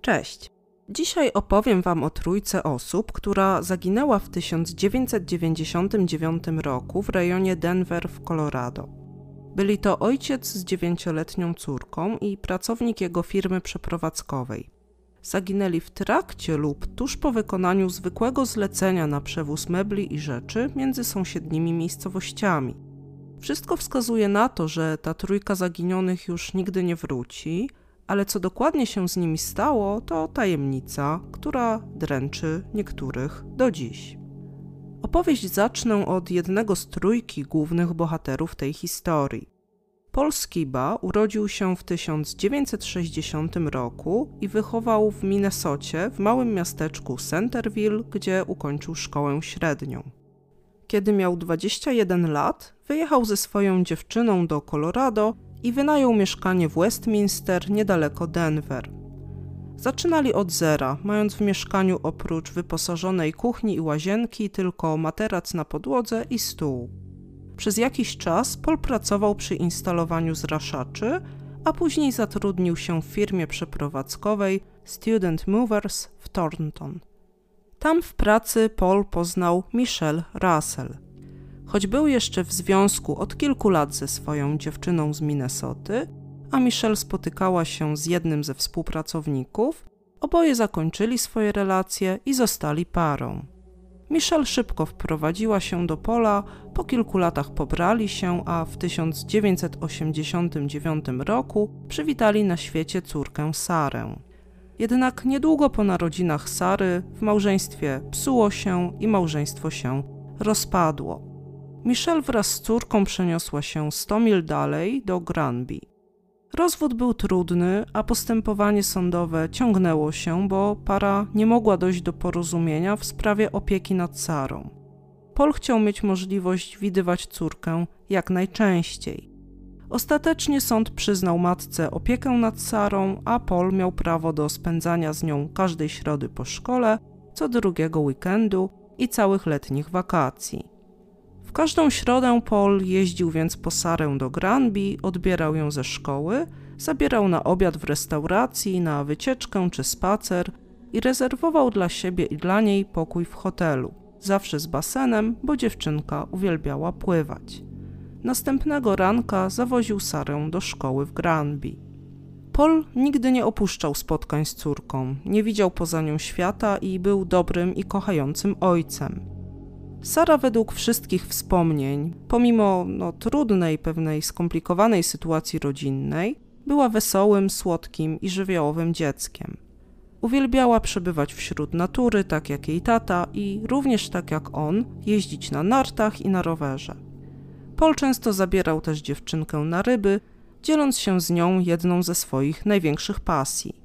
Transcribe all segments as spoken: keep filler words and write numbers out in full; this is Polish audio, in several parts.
Cześć! Dzisiaj opowiem Wam o trójce osób, która zaginęła w tysiąc dziewięćset dziewięćdziesiątym dziewiątym roku w rejonie Denver w Colorado. Byli to ojciec z dziewięcioletnią córką i pracownik jego firmy przeprowadzkowej. Zaginęli w trakcie lub tuż po wykonaniu zwykłego zlecenia na przewóz mebli i rzeczy między sąsiednimi miejscowościami. Wszystko wskazuje na to, że ta trójka zaginionych już nigdy nie wróci, ale co dokładnie się z nimi stało, to tajemnica, która dręczy niektórych do dziś. Opowieść zacznę od jednego z trójki głównych bohaterów tej historii. Paul Skiba urodził się w tysiąc dziewięćset sześćdziesiątym roku i wychował w Minnesocie w małym miasteczku Centerville, gdzie ukończył szkołę średnią. Kiedy miał dwadzieścia jeden lat, wyjechał ze swoją dziewczyną do Colorado i wynajął mieszkanie w Westminster niedaleko Denver. Zaczynali od zera, mając w mieszkaniu oprócz wyposażonej kuchni i łazienki tylko materac na podłodze i stół. Przez jakiś czas Paul pracował przy instalowaniu zraszaczy, a później zatrudnił się w firmie przeprowadzkowej Student Movers w Thornton. Tam w pracy Paul poznał Michelle Russell. Choć był jeszcze w związku od kilku lat ze swoją dziewczyną z Minnesoty, a Michelle spotykała się z jednym ze współpracowników, oboje zakończyli swoje relacje i zostali parą. Michelle szybko wprowadziła się do Paula, po kilku latach pobrali się, a w tysiąc dziewięćset osiemdziesiątym dziewiątym roku przywitali na świecie córkę Sarę. Jednak niedługo po narodzinach Sary w małżeństwie psuło się i małżeństwo się rozpadło. Michelle wraz z córką przeniosła się sto mil dalej do Granby. Rozwód był trudny, a postępowanie sądowe ciągnęło się, bo para nie mogła dojść do porozumienia w sprawie opieki nad Sarą. Paul chciał mieć możliwość widywać córkę jak najczęściej. Ostatecznie sąd przyznał matce opiekę nad Sarą, a Paul miał prawo do spędzania z nią każdej środy po szkole, co drugiego weekendu i całych letnich wakacji. W każdą środę Paul jeździł więc po Sarę do Granby, odbierał ją ze szkoły, zabierał na obiad w restauracji, na wycieczkę czy spacer i rezerwował dla siebie i dla niej pokój w hotelu, zawsze z basenem, bo dziewczynka uwielbiała pływać. Następnego ranka zawoził Sarę do szkoły w Granby. Paul nigdy nie opuszczał spotkań z córką, nie widział poza nią świata i był dobrym i kochającym ojcem. Sara według wszystkich wspomnień, pomimo no, trudnej, pewnej skomplikowanej sytuacji rodzinnej, była wesołym, słodkim i żywiołowym dzieckiem. Uwielbiała przebywać wśród natury, tak jak jej tata i również tak jak on, jeździć na nartach i na rowerze. Paul często zabierał też dziewczynkę na ryby, dzieląc się z nią jedną ze swoich największych pasji.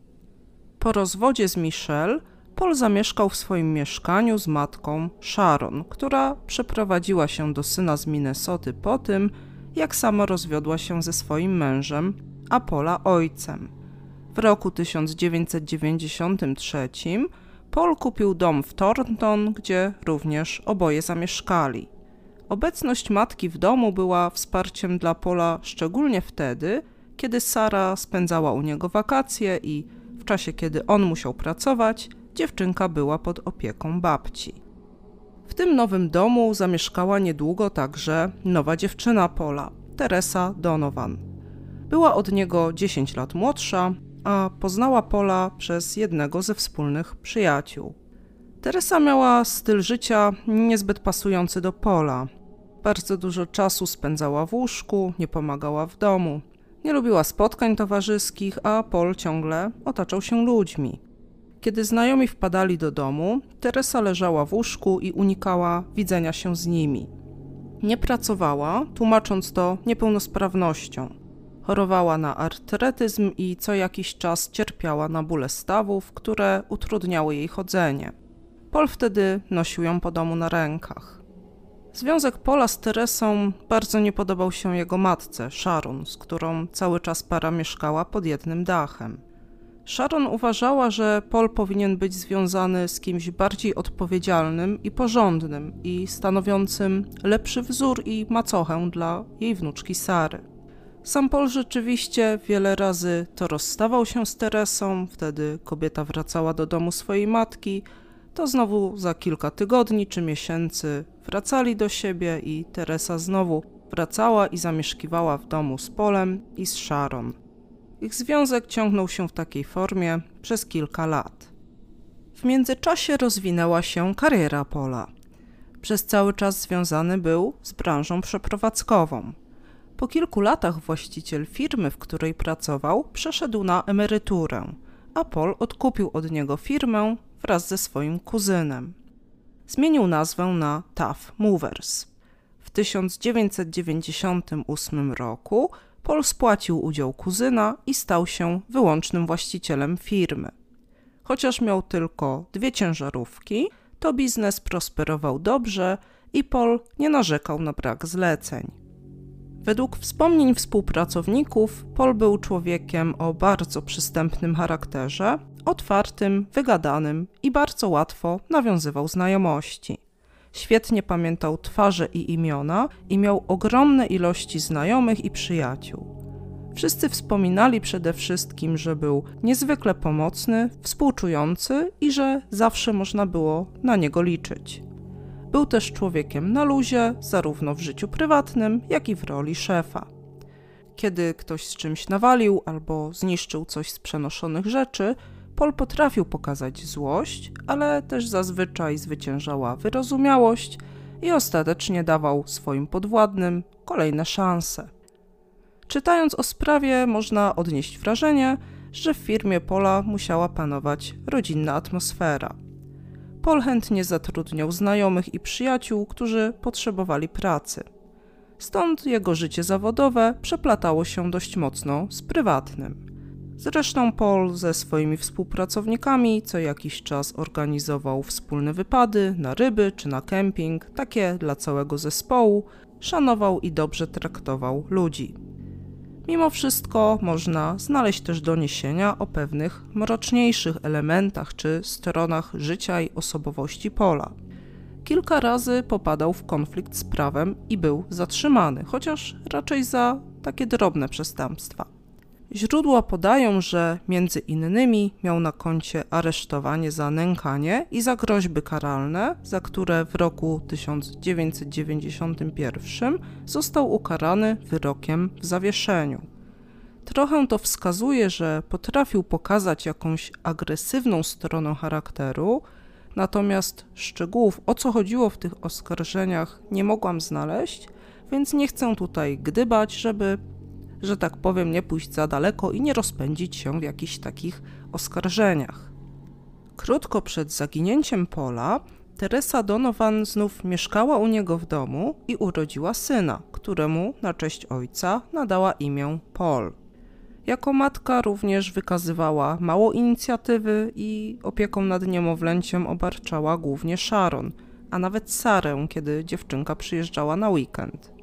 Po rozwodzie z Michelle Paul zamieszkał w swoim mieszkaniu z matką Sharon, która przeprowadziła się do syna z Minnesoty po tym, jak sama rozwiodła się ze swoim mężem, a Paula ojcem. W roku tysiąc dziewięćset dziewięćdziesiątym trzecim Paul kupił dom w Thornton, gdzie również oboje zamieszkali. Obecność matki w domu była wsparciem dla Paula szczególnie wtedy, kiedy Sara spędzała u niego wakacje i w czasie, kiedy on musiał pracować, dziewczynka była pod opieką babci. W tym nowym domu zamieszkała niedługo także nowa dziewczyna Paula, Teresa Donovan. Była od niego dziesięć lat młodsza, a poznała Paula przez jednego ze wspólnych przyjaciół. Teresa miała styl życia niezbyt pasujący do Paula. Bardzo dużo czasu spędzała w łóżku, nie pomagała w domu. Nie lubiła spotkań towarzyskich, a Paul ciągle otaczał się ludźmi. Kiedy znajomi wpadali do domu, Teresa leżała w łóżku i unikała widzenia się z nimi. Nie pracowała, tłumacząc to niepełnosprawnością. Chorowała na artretyzm i co jakiś czas cierpiała na bóle stawów, które utrudniały jej chodzenie. Paul wtedy nosił ją po domu na rękach. Związek Paula z Teresą bardzo nie podobał się jego matce, Sharon, z którą cały czas para mieszkała pod jednym dachem. Sharon uważała, że Paul powinien być związany z kimś bardziej odpowiedzialnym i porządnym i stanowiącym lepszy wzór i macochę dla jej wnuczki Sary. Sam Paul rzeczywiście wiele razy to rozstawał się z Teresą, wtedy kobieta wracała do domu swojej matki, to znowu za kilka tygodni czy miesięcy wracali do siebie i Teresa znowu wracała i zamieszkiwała w domu z Paulem i z Sharon. Ich związek ciągnął się w takiej formie przez kilka lat. W międzyczasie rozwinęła się kariera Paula. Przez cały czas związany był z branżą przeprowadzkową. Po kilku latach właściciel firmy, w której pracował, przeszedł na emeryturę, a Paul odkupił od niego firmę wraz ze swoim kuzynem. Zmienił nazwę na Tough Movers. W tysiąc dziewięćset dziewięćdziesiątym ósmym roku Paul spłacił udział kuzyna i stał się wyłącznym właścicielem firmy. Chociaż miał tylko dwie ciężarówki, to biznes prosperował dobrze i Paul nie narzekał na brak zleceń. Według wspomnień współpracowników, Paul był człowiekiem o bardzo przystępnym charakterze, otwartym, wygadanym i bardzo łatwo nawiązywał znajomości. Świetnie pamiętał twarze i imiona i miał ogromne ilości znajomych i przyjaciół. Wszyscy wspominali przede wszystkim, że był niezwykle pomocny, współczujący i że zawsze można było na niego liczyć. Był też człowiekiem na luzie, zarówno w życiu prywatnym, jak i w roli szefa. Kiedy ktoś z czymś nawalił albo zniszczył coś z przenoszonych rzeczy, Paul potrafił pokazać złość, ale też zazwyczaj zwyciężała wyrozumiałość i ostatecznie dawał swoim podwładnym kolejne szanse. Czytając o sprawie, można odnieść wrażenie, że w firmie Paula musiała panować rodzinna atmosfera. Paul chętnie zatrudniał znajomych i przyjaciół, którzy potrzebowali pracy. Stąd jego życie zawodowe przeplatało się dość mocno z prywatnym. Zresztą Paul ze swoimi współpracownikami co jakiś czas organizował wspólne wypady na ryby czy na kemping, takie dla całego zespołu, szanował i dobrze traktował ludzi. Mimo wszystko można znaleźć też doniesienia o pewnych mroczniejszych elementach czy stronach życia i osobowości Paula. Kilka razy popadał w konflikt z prawem i był zatrzymany, chociaż raczej za takie drobne przestępstwa. Źródła podają, że między innymi miał na koncie aresztowanie za nękanie i za groźby karalne, za które w roku tysiąc dziewięćset dziewięćdziesiątym pierwszym został ukarany wyrokiem w zawieszeniu. Trochę to wskazuje, że potrafił pokazać jakąś agresywną stronę charakteru, natomiast szczegółów, o co chodziło w tych oskarżeniach, nie mogłam znaleźć, więc nie chcę tutaj gdybać, żeby, że tak powiem, nie pójść za daleko i nie rozpędzić się w jakichś takich oskarżeniach. Krótko przed zaginięciem Paula, Teresa Donovan znów mieszkała u niego w domu i urodziła syna, któremu na cześć ojca nadała imię Paul. Jako matka również wykazywała mało inicjatywy i opieką nad niemowlęciem obarczała głównie Sharon, a nawet Sarę, kiedy dziewczynka przyjeżdżała na weekend.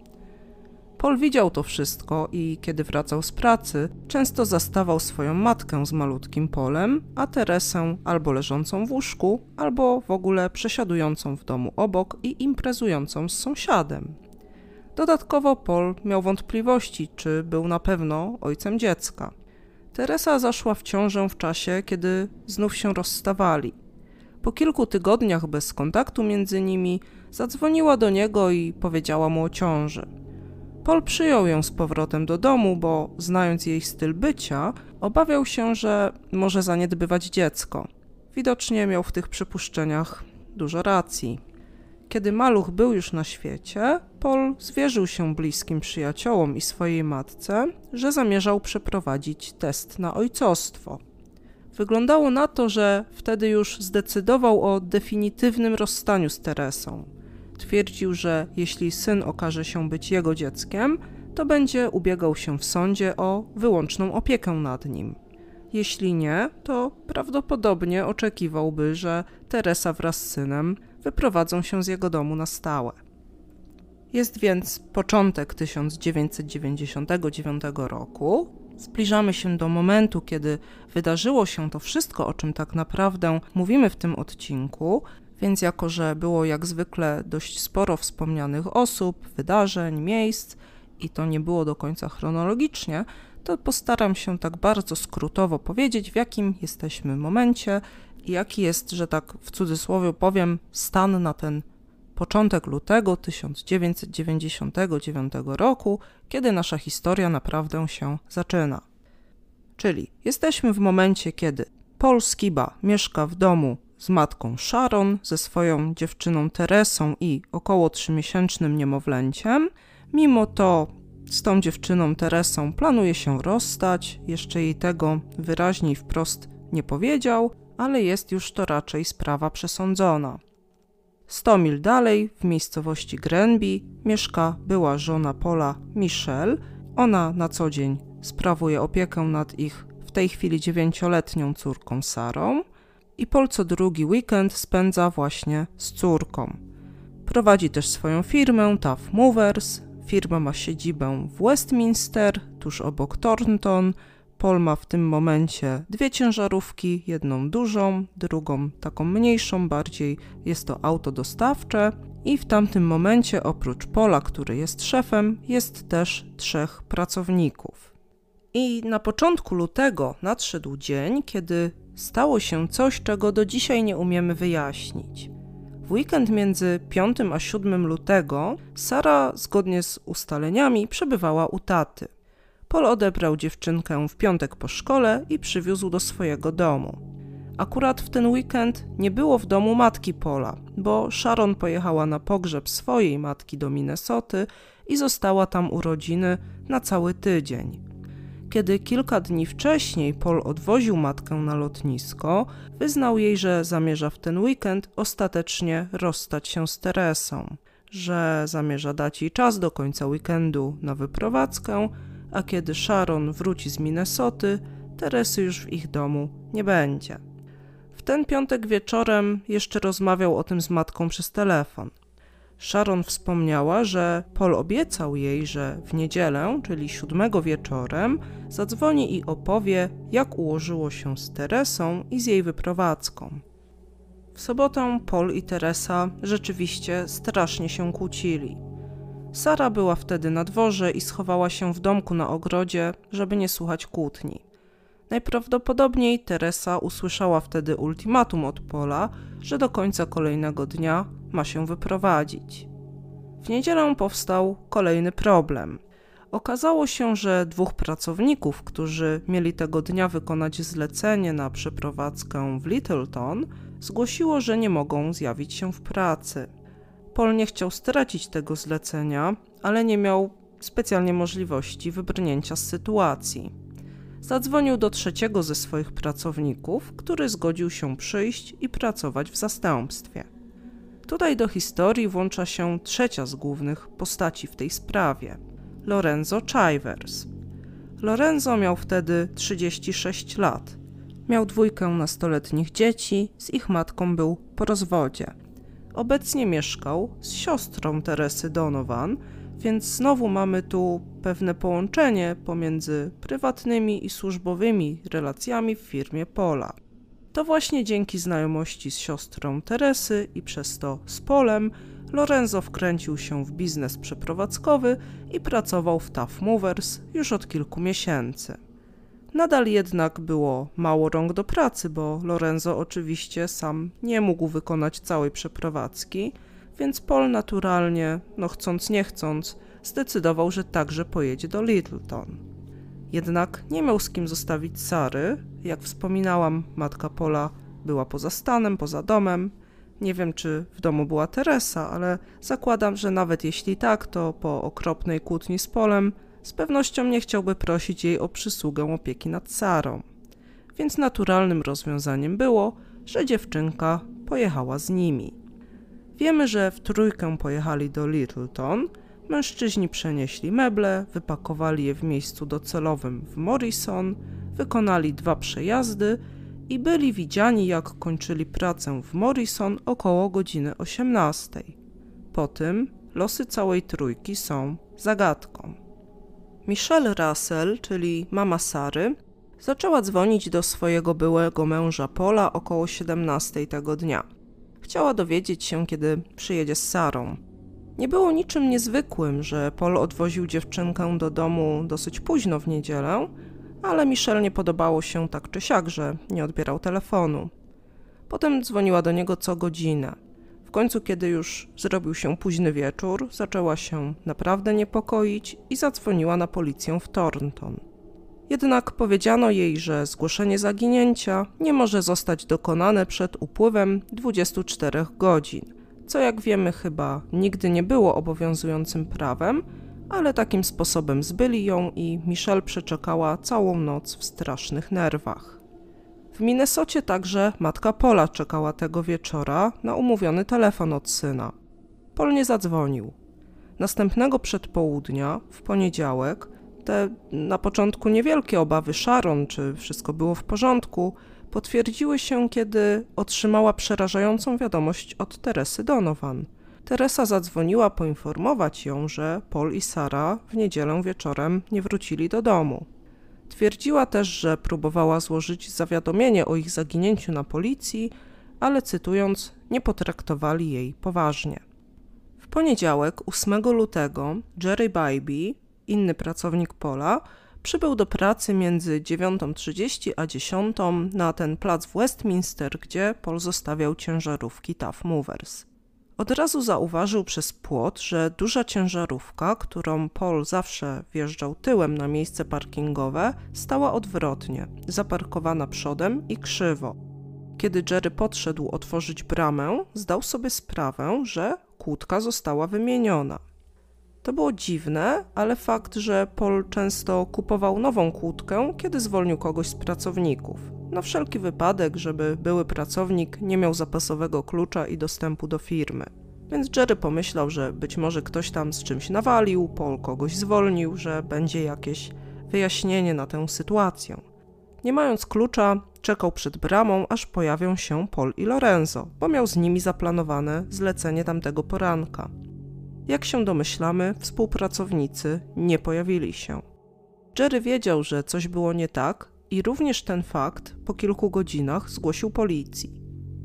Paul widział to wszystko i kiedy wracał z pracy, często zastawał swoją matkę z malutkim Paulem, a Teresę albo leżącą w łóżku, albo w ogóle przesiadującą w domu obok i imprezującą z sąsiadem. Dodatkowo Paul miał wątpliwości, czy był na pewno ojcem dziecka. Teresa zaszła w ciążę w czasie, kiedy znów się rozstawali. Po kilku tygodniach bez kontaktu między nimi zadzwoniła do niego i powiedziała mu o ciąży. Paul przyjął ją z powrotem do domu, bo znając jej styl bycia, obawiał się, że może zaniedbywać dziecko. Widocznie miał w tych przypuszczeniach dużo racji. Kiedy maluch był już na świecie, Paul zwierzył się bliskim przyjaciołom i swojej matce, że zamierzał przeprowadzić test na ojcostwo. Wyglądało na to, że wtedy już zdecydował o definitywnym rozstaniu z Teresą. Twierdził, że jeśli syn okaże się być jego dzieckiem, to będzie ubiegał się w sądzie o wyłączną opiekę nad nim. Jeśli nie, to prawdopodobnie oczekiwałby, że Teresa wraz z synem wyprowadzą się z jego domu na stałe. Jest więc początek tysiąc dziewięćset dziewięćdziesiątego dziewiątego roku. Zbliżamy się do momentu, kiedy wydarzyło się to wszystko, o czym tak naprawdę mówimy w tym odcinku, więc jako że było jak zwykle dość sporo wspomnianych osób, wydarzeń, miejsc i to nie było do końca chronologicznie, to postaram się tak bardzo skrótowo powiedzieć, w jakim jesteśmy momencie i jaki jest, że tak w cudzysłowie powiem, stan na ten początek lutego tysiąc dziewięćset dziewięćdziesiątego dziewiątego roku, kiedy nasza historia naprawdę się zaczyna. Czyli jesteśmy w momencie, kiedy Paul Skiba mieszka w domu z matką Sharon, ze swoją dziewczyną Teresą i około trzymiesięcznym niemowlęciem. Mimo to z tą dziewczyną Teresą planuje się rozstać, jeszcze jej tego wyraźnie i wprost nie powiedział, ale jest już to raczej sprawa przesądzona. Sto mil dalej, w miejscowości Grenby, mieszka była żona Paula, Michelle. Ona na co dzień sprawuje opiekę nad ich w tej chwili dziewięcioletnią córką Sarą i Paul co drugi weekend spędza właśnie z córką. Prowadzi też swoją firmę Tough Movers. Firma ma siedzibę w Westminster, tuż obok Thornton. Paul ma w tym momencie dwie ciężarówki, jedną dużą, drugą taką mniejszą, bardziej jest to auto dostawcze i w tamtym momencie oprócz Paula, który jest szefem, jest też trzech pracowników. I na początku lutego nadszedł dzień, kiedy stało się coś, czego do dzisiaj nie umiemy wyjaśnić. W weekend między piątym a siódmym lutego Sara, zgodnie z ustaleniami, przebywała u taty. Paul odebrał dziewczynkę w piątek po szkole i przywiózł do swojego domu. Akurat w ten weekend nie było w domu matki Paula, bo Sharon pojechała na pogrzeb swojej matki do Minnesoty i została tam u rodziny na cały tydzień. Kiedy kilka dni wcześniej Paul odwoził matkę na lotnisko, wyznał jej, że zamierza w ten weekend ostatecznie rozstać się z Teresą, że zamierza dać jej czas do końca weekendu na wyprowadzkę, a kiedy Sharon wróci z Minnesoty, Teresy już w ich domu nie będzie. W ten piątek wieczorem jeszcze rozmawiał o tym z matką przez telefon. Sharon wspomniała, że Paul obiecał jej, że w niedzielę, czyli siódmego wieczorem, zadzwoni i opowie, jak ułożyło się z Teresą i z jej wyprowadzką. W sobotę Paul i Teresa rzeczywiście strasznie się kłócili. Sara była wtedy na dworze i schowała się w domku na ogrodzie, żeby nie słuchać kłótni. Najprawdopodobniej Teresa usłyszała wtedy ultimatum od Paula, że do końca kolejnego dnia ma się wyprowadzić. W niedzielę powstał kolejny problem. Okazało się, że dwóch pracowników, którzy mieli tego dnia wykonać zlecenie na przeprowadzkę w Littleton, zgłosiło, że nie mogą zjawić się w pracy. Paul nie chciał stracić tego zlecenia, ale nie miał specjalnie możliwości wybrnięcia z sytuacji. Zadzwonił do trzeciego ze swoich pracowników, który zgodził się przyjść i pracować w zastępstwie. Tutaj do historii włącza się trzecia z głównych postaci w tej sprawie – Lorenzo Chivers. Lorenzo miał wtedy trzydzieści sześć lat. Miał dwójkę nastoletnich dzieci, z ich matką był po rozwodzie. Obecnie mieszkał z siostrą Teresy Donovan, więc znowu mamy tu pewne połączenie pomiędzy prywatnymi i służbowymi relacjami w firmie Paula. To właśnie dzięki znajomości z siostrą Teresy i przez to z Paulem Lorenzo wkręcił się w biznes przeprowadzkowy i pracował w Tough Movers już od kilku miesięcy. Nadal jednak było mało rąk do pracy, bo Lorenzo oczywiście sam nie mógł wykonać całej przeprowadzki, więc Paul naturalnie, no chcąc nie chcąc, zdecydował, że także pojedzie do Littleton. Jednak nie miał z kim zostawić Sary. Jak wspominałam, matka Paula była poza stanem, poza domem. Nie wiem, czy w domu była Teresa, ale zakładam, że nawet jeśli tak, to po okropnej kłótni z Paulem z pewnością nie chciałby prosić jej o przysługę opieki nad Sarą. Więc naturalnym rozwiązaniem było, że dziewczynka pojechała z nimi. Wiemy, że w trójkę pojechali do Littleton. Mężczyźni przenieśli meble, wypakowali je w miejscu docelowym w Morrison, wykonali dwa przejazdy i byli widziani, jak kończyli pracę w Morrison około godziny osiemnastej. Po tym losy całej trójki są zagadką. Michelle Russell, czyli mama Sary, zaczęła dzwonić do swojego byłego męża Paula około siedemnastej tego dnia. Chciała dowiedzieć się, kiedy przyjedzie z Sarą. Nie było niczym niezwykłym, że Paul odwoził dziewczynkę do domu dosyć późno w niedzielę, ale Michelle nie podobało się tak czy siak, że nie odbierał telefonu. Potem dzwoniła do niego co godzinę. W końcu, kiedy już zrobił się późny wieczór, zaczęła się naprawdę niepokoić i zadzwoniła na policję w Thornton. Jednak powiedziano jej, że zgłoszenie zaginięcia nie może zostać dokonane przed upływem dwudziestu czterech godzin, co jak wiemy chyba nigdy nie było obowiązującym prawem, ale takim sposobem zbyli ją i Michelle przeczekała całą noc w strasznych nerwach. W Minnesocie także matka Paula czekała tego wieczora na umówiony telefon od syna. Paul nie zadzwonił. Następnego przedpołudnia, w poniedziałek, te na początku niewielkie obawy Sharon, czy wszystko było w porządku, potwierdziły się, kiedy otrzymała przerażającą wiadomość od Teresy Donovan. Teresa zadzwoniła poinformować ją, że Paul i Sarah w niedzielę wieczorem nie wrócili do domu. Twierdziła też, że próbowała złożyć zawiadomienie o ich zaginięciu na policji, ale cytując, nie potraktowali jej poważnie. W poniedziałek, ósmego lutego, Jerry Bybee, inny pracownik Paula, przybył do pracy między dziewiątą trzydzieści a dziesiątą na ten plac w Westminster, gdzie Paul zostawiał ciężarówki Tough Movers. Od razu zauważył przez płot, że duża ciężarówka, którą Paul zawsze wjeżdżał tyłem na miejsce parkingowe, stała odwrotnie, zaparkowana przodem i krzywo. Kiedy Jerry podszedł otworzyć bramę, zdał sobie sprawę, że kłódka została wymieniona. To było dziwne, ale fakt, że Paul często kupował nową kłódkę, kiedy zwolnił kogoś z pracowników. Na wszelki wypadek, żeby były pracownik nie miał zapasowego klucza i dostępu do firmy. Więc Jerry pomyślał, że być może ktoś tam z czymś nawalił, Paul kogoś zwolnił, że będzie jakieś wyjaśnienie na tę sytuację. Nie mając klucza, czekał przed bramą, aż pojawią się Paul i Lorenzo, bo miał z nimi zaplanowane zlecenie tamtego poranka. Jak się domyślamy, współpracownicy nie pojawili się. Jerry wiedział, że coś było nie tak i również ten fakt po kilku godzinach zgłosił policji.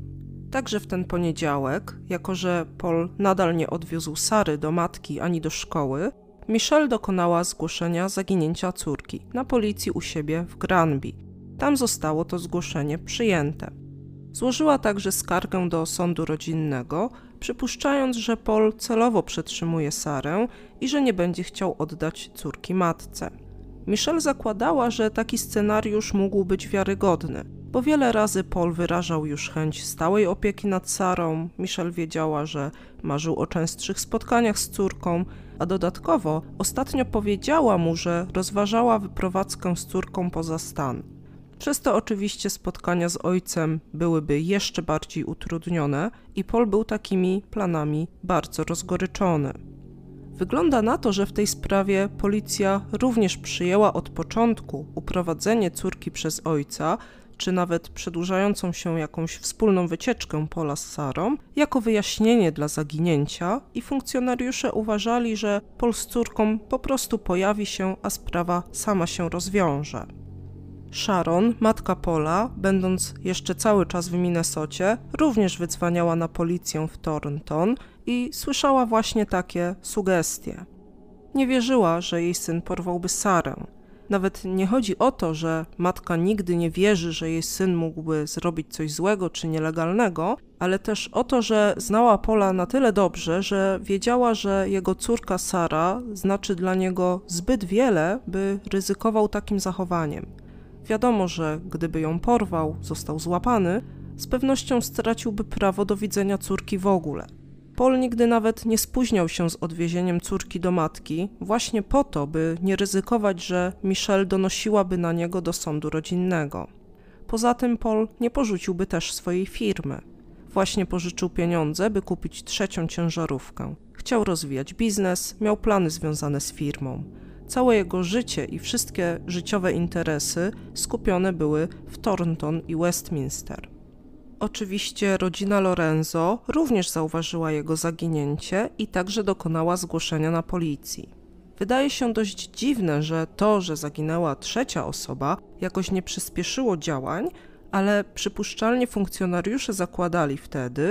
Także w ten poniedziałek, jako że Paul nadal nie odwiózł Sary do matki ani do szkoły, Michelle dokonała zgłoszenia zaginięcia córki na policji u siebie w Granby. Tam zostało to zgłoszenie przyjęte. Złożyła także skargę do sądu rodzinnego, przypuszczając, że Paul celowo przetrzymuje Sarę i że nie będzie chciał oddać córki matce. Michelle zakładała, że taki scenariusz mógł być wiarygodny, bo wiele razy Paul wyrażał już chęć stałej opieki nad Sarą, Michelle wiedziała, że marzył o częstszych spotkaniach z córką, a dodatkowo ostatnio powiedziała mu, że rozważała wyprowadzkę z córką poza stan. Przez to oczywiście spotkania z ojcem byłyby jeszcze bardziej utrudnione i Paul był takimi planami bardzo rozgoryczony. Wygląda na to, że w tej sprawie policja również przyjęła od początku uprowadzenie córki przez ojca, czy nawet przedłużającą się jakąś wspólną wycieczkę Paula z Sarą, jako wyjaśnienie dla zaginięcia i funkcjonariusze uważali, że Paul z córką po prostu pojawi się, a sprawa sama się rozwiąże. Sharon, matka Paula, będąc jeszcze cały czas w Minnesocie, również wydzwaniała na policję w Thornton i słyszała właśnie takie sugestie. Nie wierzyła, że jej syn porwałby Sarę. Nawet nie chodzi o to, że matka nigdy nie wierzy, że jej syn mógłby zrobić coś złego czy nielegalnego, ale też o to, że znała Paula na tyle dobrze, że wiedziała, że jego córka Sara znaczy dla niego zbyt wiele, by ryzykował takim zachowaniem. Wiadomo, że gdyby ją porwał, został złapany, z pewnością straciłby prawo do widzenia córki w ogóle. Paul nigdy nawet nie spóźniał się z odwiezieniem córki do matki, właśnie po to, by nie ryzykować, że Michelle donosiłaby na niego do sądu rodzinnego. Poza tym Paul nie porzuciłby też swojej firmy. Właśnie pożyczył pieniądze, by kupić trzecią ciężarówkę. Chciał rozwijać biznes, miał plany związane z firmą. Całe jego życie i wszystkie życiowe interesy skupione były w Thornton i Westminster. Oczywiście rodzina Lorenzo również zauważyła jego zaginięcie i także dokonała zgłoszenia na policji. Wydaje się dość dziwne, że to, że zaginęła trzecia osoba, jakoś nie przyspieszyło działań, ale przypuszczalnie funkcjonariusze zakładali wtedy,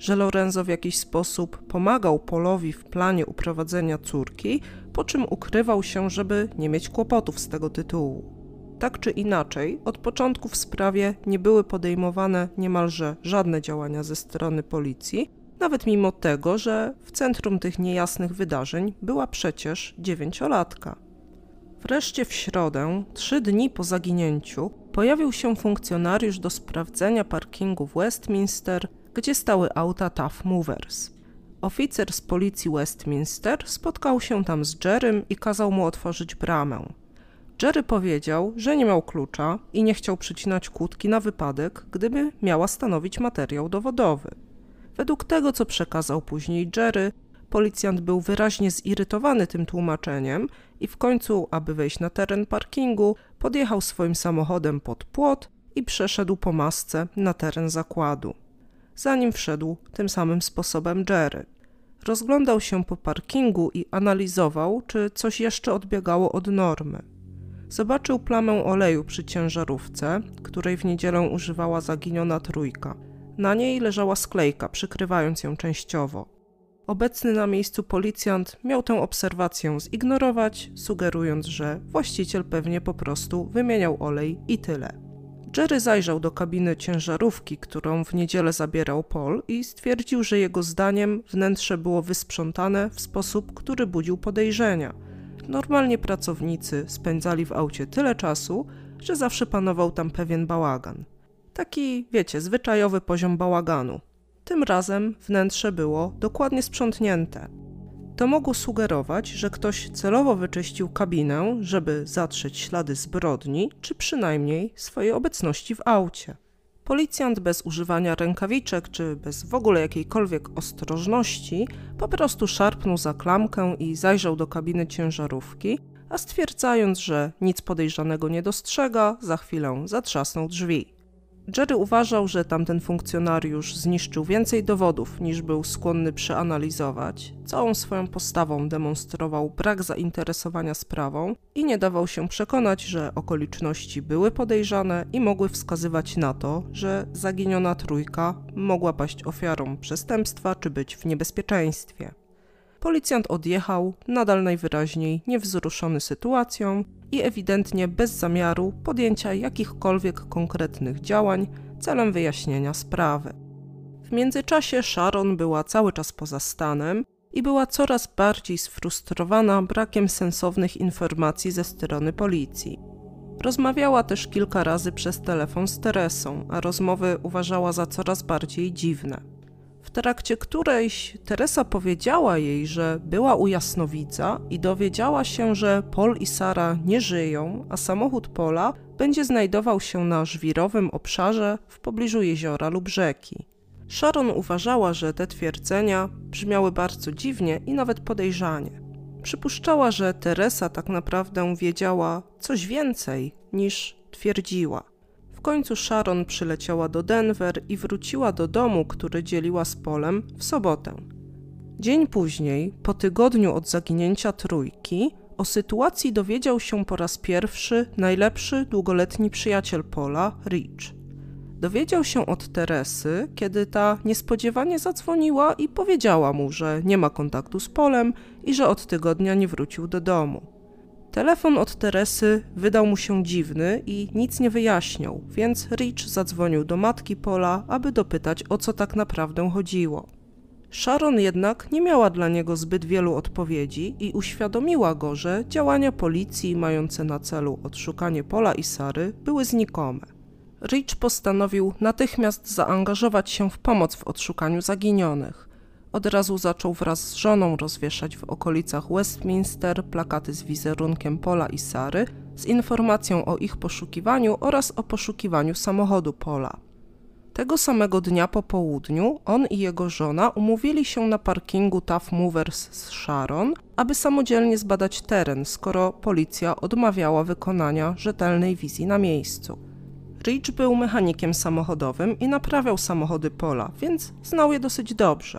że Lorenzo w jakiś sposób pomagał Paulowi w planie uprowadzenia córki, po czym ukrywał się, żeby nie mieć kłopotów z tego tytułu. Tak czy inaczej, od początku w sprawie nie były podejmowane niemalże żadne działania ze strony policji, nawet mimo tego, że w centrum tych niejasnych wydarzeń była przecież dziewięciolatka. Wreszcie w środę, trzy dni po zaginięciu, pojawił się funkcjonariusz do sprawdzenia parkingu w Westminster, gdzie stały auta Tough Movers. Oficer z policji Westminster spotkał się tam z Jerrym i kazał mu otworzyć bramę. Jerry powiedział, że nie miał klucza i nie chciał przycinać kłódki na wypadek, gdyby miała stanowić materiał dowodowy. Według tego, co przekazał później Jerry, policjant był wyraźnie zirytowany tym tłumaczeniem i w końcu, aby wejść na teren parkingu, podjechał swoim samochodem pod płot i przeszedł po masce na teren zakładu. Zanim wszedł tym samym sposobem Jerry. Rozglądał się po parkingu i analizował, czy coś jeszcze odbiegało od normy. Zobaczył plamę oleju przy ciężarówce, której w niedzielę używała zaginiona trójka. Na niej leżała sklejka, przykrywając ją częściowo. Obecny na miejscu policjant miał tę obserwację zignorować, sugerując, że właściciel pewnie po prostu wymieniał olej i tyle. Jerry zajrzał do kabiny ciężarówki, którą w niedzielę zabierał Paul i stwierdził, że jego zdaniem wnętrze było wysprzątane w sposób, który budził podejrzenia. Normalnie pracownicy spędzali w aucie tyle czasu, że zawsze panował tam pewien bałagan. Taki, wiecie, zwyczajowy poziom bałaganu. Tym razem wnętrze było dokładnie sprzątnięte. To mogło sugerować, że ktoś celowo wyczyścił kabinę, żeby zatrzeć ślady zbrodni, czy przynajmniej swojej obecności w aucie. Policjant bez używania rękawiczek, czy bez w ogóle jakiejkolwiek ostrożności, po prostu szarpnął za klamkę i zajrzał do kabiny ciężarówki, a stwierdzając, że nic podejrzanego nie dostrzega, za chwilę zatrzasnął drzwi. Jerry uważał, że tamten funkcjonariusz zniszczył więcej dowodów, niż był skłonny przeanalizować. Całą swoją postawą demonstrował brak zainteresowania sprawą i nie dawał się przekonać, że okoliczności były podejrzane i mogły wskazywać na to, że zaginiona trójka mogła paść ofiarą przestępstwa czy być w niebezpieczeństwie. Policjant odjechał, nadal najwyraźniej niewzruszony sytuacją i ewidentnie bez zamiaru podjęcia jakichkolwiek konkretnych działań celem wyjaśnienia sprawy. W międzyczasie Sharon była cały czas poza stanem i była coraz bardziej sfrustrowana brakiem sensownych informacji ze strony policji. Rozmawiała też kilka razy przez telefon z Teresą, a rozmowy uważała za coraz bardziej dziwne. W trakcie którejś Teresa powiedziała jej, że była u jasnowidza i dowiedziała się, że Paul i Sara nie żyją, a samochód Paula będzie znajdował się na żwirowym obszarze w pobliżu jeziora lub rzeki. Sharon uważała, że te twierdzenia brzmiały bardzo dziwnie i nawet podejrzanie. Przypuszczała, że Teresa tak naprawdę wiedziała coś więcej niż twierdziła. W końcu Sharon przyleciała do Denver i wróciła do domu, który dzieliła z Paulem, w sobotę. Dzień później, po tygodniu od zaginięcia trójki, o sytuacji dowiedział się po raz pierwszy najlepszy długoletni przyjaciel Paula, Rich. Dowiedział się od Teresy, kiedy ta niespodziewanie zadzwoniła i powiedziała mu, że nie ma kontaktu z Paulem i że od tygodnia nie wrócił do domu. Telefon od Teresy wydał mu się dziwny i nic nie wyjaśniał, więc Rich zadzwonił do matki Paula, aby dopytać, o co tak naprawdę chodziło. Sharon jednak nie miała dla niego zbyt wielu odpowiedzi i uświadomiła go, że działania policji mające na celu odszukanie Paula i Sary były znikome. Rich postanowił natychmiast zaangażować się w pomoc w odszukaniu zaginionych. Od razu zaczął wraz z żoną rozwieszać w okolicach Westminster plakaty z wizerunkiem Paula i Sary z informacją o ich poszukiwaniu oraz o poszukiwaniu samochodu Paula. Tego samego dnia po południu on i jego żona umówili się na parkingu Tough Movers z Sharon, aby samodzielnie zbadać teren, skoro policja odmawiała wykonania rzetelnej wizji na miejscu. Rich był mechanikiem samochodowym i naprawiał samochody Paula, więc znał je dosyć dobrze.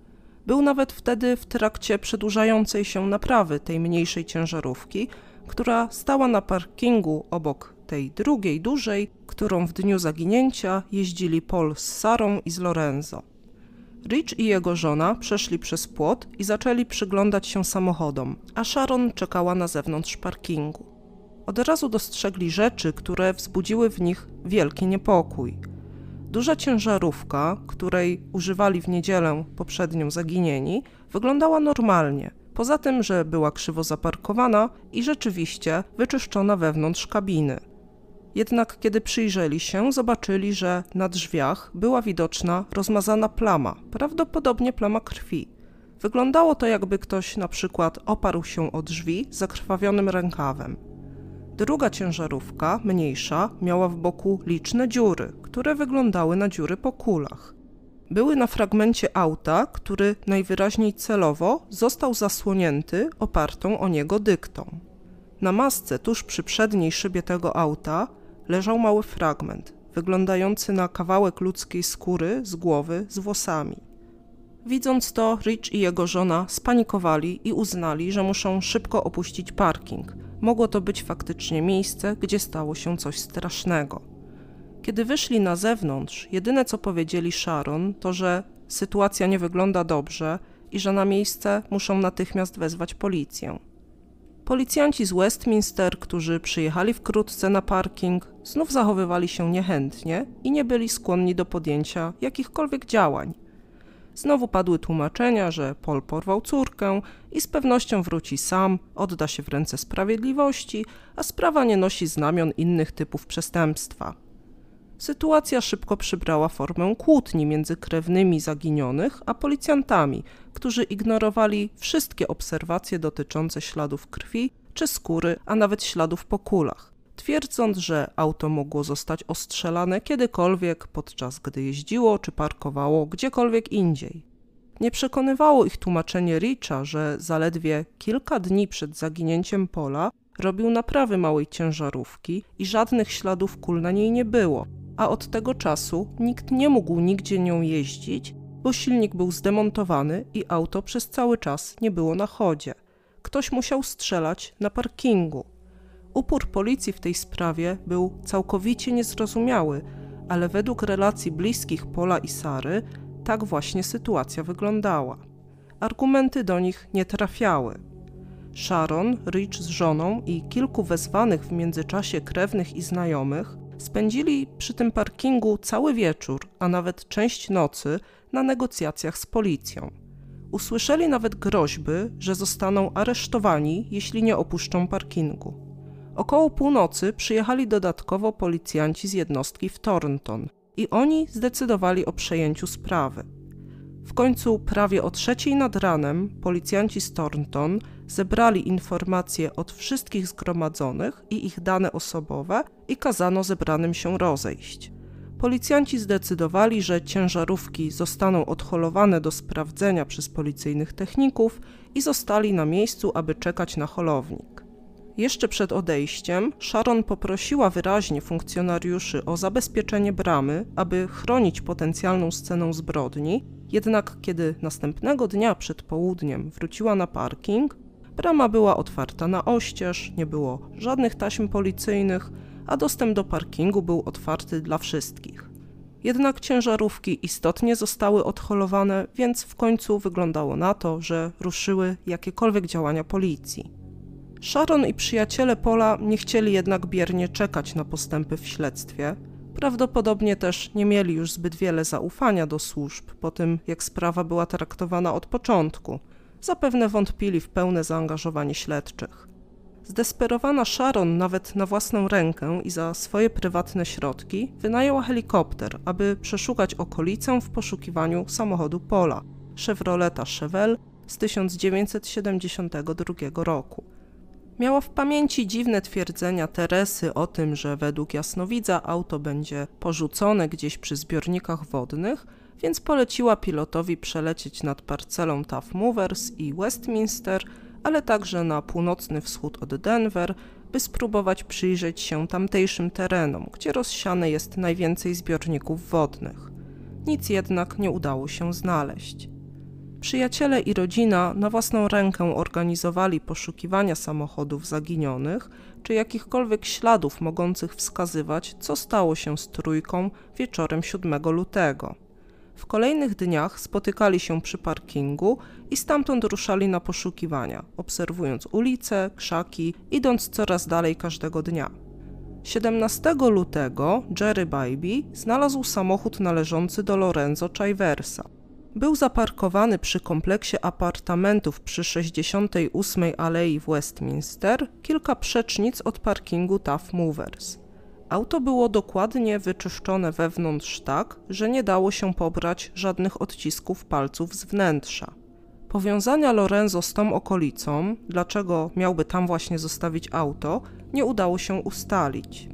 Był nawet wtedy w trakcie przedłużającej się naprawy tej mniejszej ciężarówki, która stała na parkingu obok tej drugiej, dużej, którą w dniu zaginięcia jeździli Paul z Sarą i z Lorenzo. Rich i jego żona przeszli przez płot i zaczęli przyglądać się samochodom, a Sharon czekała na zewnątrz parkingu. Od razu dostrzegli rzeczy, które wzbudziły w nich wielki niepokój. Duża ciężarówka, której używali w niedzielę poprzednią zaginieni, wyglądała normalnie, poza tym, że była krzywo zaparkowana i rzeczywiście wyczyszczona wewnątrz kabiny. Jednak kiedy przyjrzeli się, zobaczyli, że na drzwiach była widoczna rozmazana plama, prawdopodobnie plama krwi. Wyglądało to, jakby ktoś na przykład oparł się o drzwi zakrwawionym rękawem. Druga ciężarówka, mniejsza, miała w boku liczne dziury, które wyglądały na dziury po kulach. Były na fragmencie auta, który najwyraźniej celowo został zasłonięty opartą o niego dyktą. Na masce tuż przy przedniej szybie tego auta leżał mały fragment, wyglądający na kawałek ludzkiej skóry z głowy z włosami. Widząc to, Rich i jego żona spanikowali i uznali, że muszą szybko opuścić parking. Mogło to być faktycznie miejsce, gdzie stało się coś strasznego. Kiedy wyszli na zewnątrz, jedyne co powiedzieli Sharon, to że sytuacja nie wygląda dobrze i że na miejsce muszą natychmiast wezwać policję. Policjanci z Westminster, którzy przyjechali wkrótce na parking, znów zachowywali się niechętnie i nie byli skłonni do podjęcia jakichkolwiek działań. Znowu padły tłumaczenia, że Paul porwał córkę i z pewnością wróci sam, odda się w ręce sprawiedliwości, a sprawa nie nosi znamion innych typów przestępstwa. Sytuacja szybko przybrała formę kłótni między krewnymi zaginionych a policjantami, którzy ignorowali wszystkie obserwacje dotyczące śladów krwi czy skóry, a nawet śladów po kulach, twierdząc, że auto mogło zostać ostrzelane kiedykolwiek, podczas gdy jeździło czy parkowało gdziekolwiek indziej. Nie przekonywało ich tłumaczenie Richa, że zaledwie kilka dni przed zaginięciem Paula robił naprawy małej ciężarówki i żadnych śladów kul na niej nie było, a od tego czasu nikt nie mógł nigdzie nią jeździć, bo silnik był zdemontowany i auto przez cały czas nie było na chodzie. Ktoś musiał strzelać na parkingu. Upór policji w tej sprawie był całkowicie niezrozumiały, ale według relacji bliskich Paula i Sary tak właśnie sytuacja wyglądała. Argumenty do nich nie trafiały. Sharon, Rich z żoną i kilku wezwanych w międzyczasie krewnych i znajomych spędzili przy tym parkingu cały wieczór, a nawet część nocy na negocjacjach z policją. Usłyszeli nawet groźby, że zostaną aresztowani, jeśli nie opuszczą parkingu. Około północy przyjechali dodatkowo policjanci z jednostki w Thornton i oni zdecydowali o przejęciu sprawy. W końcu prawie o trzeciej nad ranem policjanci z Thornton zebrali informacje od wszystkich zgromadzonych i ich dane osobowe i kazano zebranym się rozejść. Policjanci zdecydowali, że ciężarówki zostaną odholowane do sprawdzenia przez policyjnych techników i zostali na miejscu, aby czekać na holownik. Jeszcze przed odejściem Sharon poprosiła wyraźnie funkcjonariuszy o zabezpieczenie bramy, aby chronić potencjalną scenę zbrodni, jednak kiedy następnego dnia przed południem wróciła na parking, brama była otwarta na oścież, nie było żadnych taśm policyjnych, a dostęp do parkingu był otwarty dla wszystkich. Jednak ciężarówki istotnie zostały odholowane, więc w końcu wyglądało na to, że ruszyły jakiekolwiek działania policji. Sharon i przyjaciele Paula nie chcieli jednak biernie czekać na postępy w śledztwie. Prawdopodobnie też nie mieli już zbyt wiele zaufania do służb po tym, jak sprawa była traktowana od początku. Zapewne wątpili w pełne zaangażowanie śledczych. Zdesperowana Sharon nawet na własną rękę i za swoje prywatne środki wynajęła helikopter, aby przeszukać okolicę w poszukiwaniu samochodu Paula, Chevroleta Chevelle z tysiąc dziewięćset siedemdziesiątego drugiego roku. Miała w pamięci dziwne twierdzenia Teresy o tym, że według jasnowidza auto będzie porzucone gdzieś przy zbiornikach wodnych, więc poleciła pilotowi przelecieć nad parcelą Taft Movers i Westminster, ale także na północny wschód od Denver, by spróbować przyjrzeć się tamtejszym terenom, gdzie rozsiane jest najwięcej zbiorników wodnych. Nic jednak nie udało się znaleźć. Przyjaciele i rodzina na własną rękę organizowali poszukiwania samochodów zaginionych czy jakichkolwiek śladów mogących wskazywać, co stało się z trójką wieczorem siódmego lutego. W kolejnych dniach spotykali się przy parkingu i stamtąd ruszali na poszukiwania, obserwując ulice, krzaki, idąc coraz dalej każdego dnia. siedemnastego lutego Jerry Bybee znalazł samochód należący do Lorenzo Chiversa. Był zaparkowany przy kompleksie apartamentów przy sześćdziesiątej ósmej Alei w Westminster, kilka przecznic od parkingu Tough Movers. Auto było dokładnie wyczyszczone wewnątrz tak, że nie dało się pobrać żadnych odcisków palców z wnętrza. Powiązania Lorenzo z tą okolicą, dlaczego miałby tam właśnie zostawić auto, nie udało się ustalić.